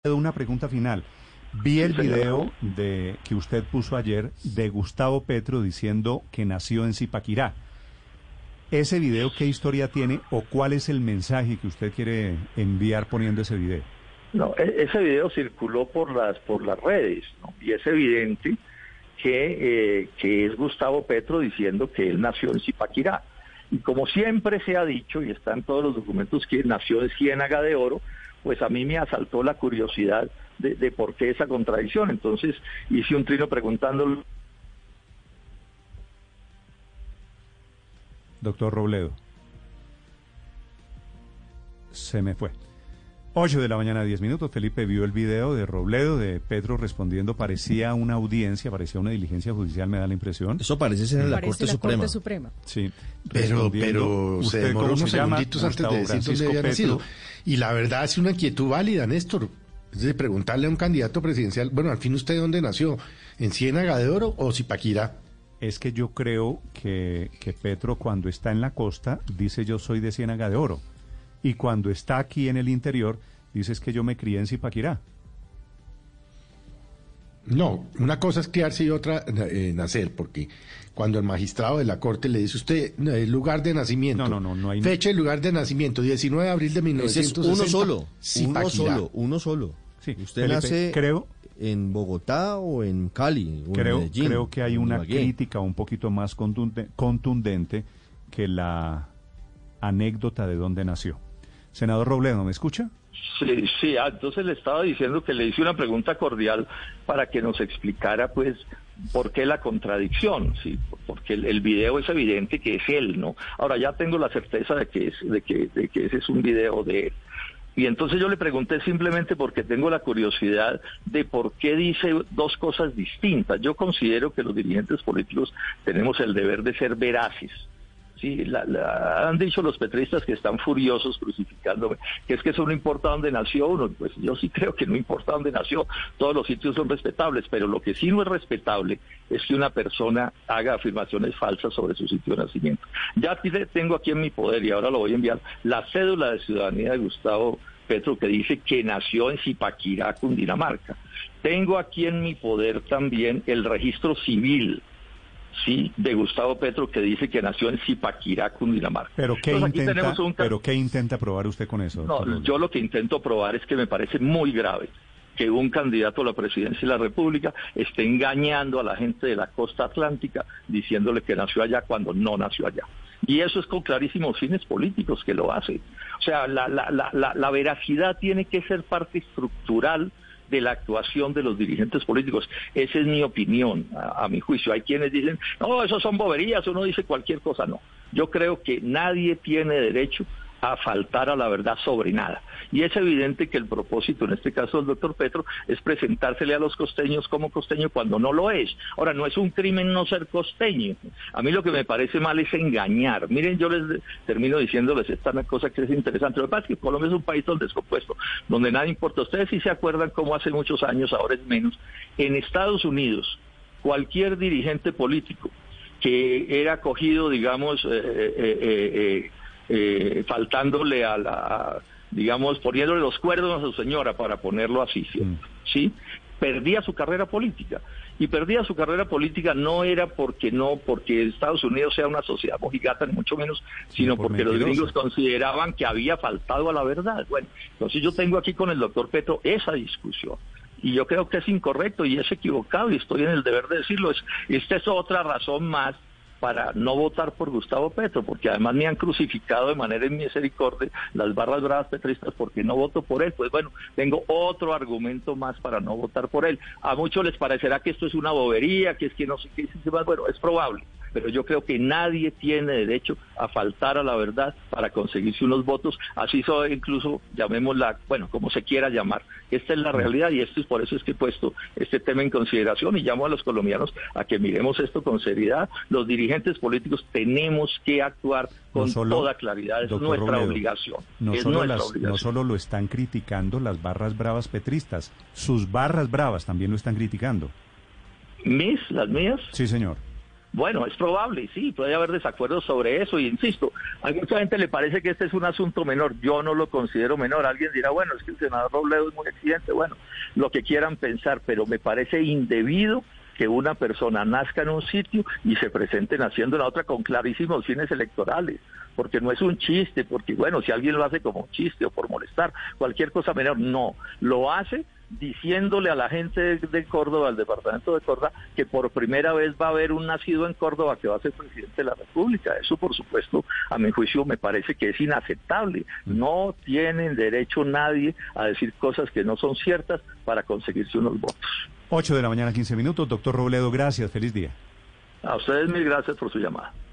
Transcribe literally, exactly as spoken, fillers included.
Una pregunta final. Vi el video de que usted puso ayer de Gustavo Petro diciendo que nació en Zipaquirá. ¿Ese video qué historia tiene o cuál es el mensaje que usted quiere enviar poniendo ese video? No, ese video circuló por las por las redes, ¿no? Y es evidente que, eh, que es Gustavo Petro diciendo que él nació en Zipaquirá. Y como siempre se ha dicho, y está en todos los documentos, que nació de Ciénaga de Oro, pues a mí me asaltó la curiosidad de, de por qué esa contradicción. Entonces hice un trino preguntándole. Doctor Robledo. Se me fue. ocho de la mañana, diez minutos. Felipe vio el video de Robledo, de Petro respondiendo. Parecía una audiencia, parecía una diligencia judicial, me da la impresión. Eso parece ser en la, parece Corte, la Suprema. Corte Suprema. Sí. Pero, pero se demoró unos segunditos antes de decir dónde había nacido. Y la verdad es una inquietud válida, Néstor. Es de preguntarle a un candidato presidencial, bueno, al fin, ¿usted dónde nació? ¿En Ciénaga de Oro o Zipaquirá? Es que yo creo que, que Petro, cuando está en la costa, dice yo soy de Ciénaga de Oro. Y cuando está aquí en el interior, dice es que yo me crié en Zipaquirá. No, una cosa es criarse y otra eh, nacer, porque cuando el magistrado de la Corte le dice usted el lugar de nacimiento, no, no, no, no hay... fecha y lugar de nacimiento, diecinueve de abril de mil novecientos sesenta. Ese es uno solo, Zipaquirá. uno solo, uno solo. Sí, usted Felipe, nace creo, en Bogotá o en Cali o creo, en Medellín. Creo que hay una Ibagué. crítica un poquito más contundente, contundente que la anécdota de dónde nació. Senador Robledo, ¿me escucha? Sí, sí, ah, entonces le estaba diciendo que le hice una pregunta cordial para que nos explicara, pues, por qué la contradicción, sí, porque el, el video es evidente que es él, ¿no? Ahora ya tengo la certeza de que es, de que, de que ese es un video de él. Y entonces yo le pregunté simplemente porque tengo la curiosidad de por qué dice dos cosas distintas. Yo considero que los dirigentes políticos tenemos el deber de ser veraces. Sí, la, la, han dicho los petristas que están furiosos crucificándome, que es que eso no importa dónde nació uno. Pues yo sí creo que no importa dónde nació, todos los sitios son respetables, pero lo que sí no es respetable es que una persona haga afirmaciones falsas sobre su sitio de nacimiento. Ya tengo aquí en mi poder, y ahora lo voy a enviar, la cédula de ciudadanía de Gustavo Petro que dice que nació en Zipaquirá, Cundinamarca. Tengo aquí en mi poder también el registro civil, sí, de Gustavo Petro, que dice que nació en Zipaquirá, Cundinamarca. ¿Pero qué, Entonces, intenta, un... ¿Pero qué intenta probar usted con eso? No, yo lo que intento probar es que me parece muy grave que un candidato a la presidencia de la República esté engañando a la gente de la costa atlántica diciéndole que nació allá cuando no nació allá. Y eso es con clarísimos fines políticos que lo hace. O sea, la, la, la, la, la veracidad tiene que ser parte estructural de la actuación de los dirigentes políticos. Esa es mi opinión, a, a mi juicio. Hay quienes dicen, no, eso son boberías, uno dice cualquier cosa. No, yo creo que nadie tiene derecho a faltar a la verdad sobre nada. Y es evidente que el propósito, en este caso del doctor Petro, es presentársele a los costeños como costeño cuando no lo es. Ahora, no es un crimen no ser costeño. A mí lo que me parece mal es engañar. Miren, yo les termino diciéndoles esta cosa que es interesante. Lo que pasa es que Colombia es un país donde descompuesto, donde nada importa. Ustedes sí se acuerdan cómo hace muchos años, ahora es menos, en Estados Unidos, cualquier dirigente político que era cogido, digamos, eh, eh, eh, eh, Eh, faltándole a la, digamos, poniéndole los cuernos a su señora, para ponerlo así, ¿sí? Mm. ¿Sí? Perdía su carrera política. Y perdía su carrera política no era porque no, porque Estados Unidos sea una sociedad mojigata, ni mucho menos, sino por porque mentiroso. Los gringos consideraban que había faltado a la verdad. Bueno, entonces yo tengo aquí con el doctor Petro esa discusión. Y yo creo que es incorrecto y es equivocado, y estoy en el deber de decirlo. Es, esta es otra razón más para no votar por Gustavo Petro, porque además me han crucificado de manera inmisericordia las barras bravas petristas porque no voto por él. Pues bueno, tengo otro argumento más para no votar por él. A muchos les parecerá que esto es una bobería, que es que no sé qué, bueno, es probable, pero yo creo que nadie tiene derecho a faltar a la verdad para conseguirse unos votos, así soy, incluso llamémosla, bueno, como se quiera llamar. Esta es la realidad y esto es por eso es que he puesto este tema en consideración y llamo a los colombianos a que miremos esto con seriedad. Los dirigentes políticos tenemos que actuar con no solo, toda claridad, es nuestra Robledo, obligación. No, es solo nuestra las, obligación. No solo lo están criticando las barras bravas petristas, sus barras bravas también lo están criticando. ¿Mis? ¿Las mías? Sí, señor. Bueno, es probable, sí, puede haber desacuerdos sobre eso, y insisto, a mucha gente le parece que este es un asunto menor, yo no lo considero menor. Alguien dirá, bueno, es que el senador Robledo es muy exigente, bueno, lo que quieran pensar, pero me parece indebido que una persona nazca en un sitio y se presente naciendo en la otra con clarísimos fines electorales, porque no es un chiste, porque bueno, si alguien lo hace como un chiste o por molestar, cualquier cosa menor, no, lo hace diciéndole a la gente de, de Córdoba, al departamento de Córdoba, que por primera vez va a haber un nacido en Córdoba que va a ser presidente de la República. Eso, por supuesto, a mi juicio me parece que es inaceptable. No tienen derecho nadie a decir cosas que no son ciertas para conseguirse unos votos. ocho de la mañana, quince minutos. Doctor Robledo, gracias. Feliz día. A ustedes mil gracias por su llamada.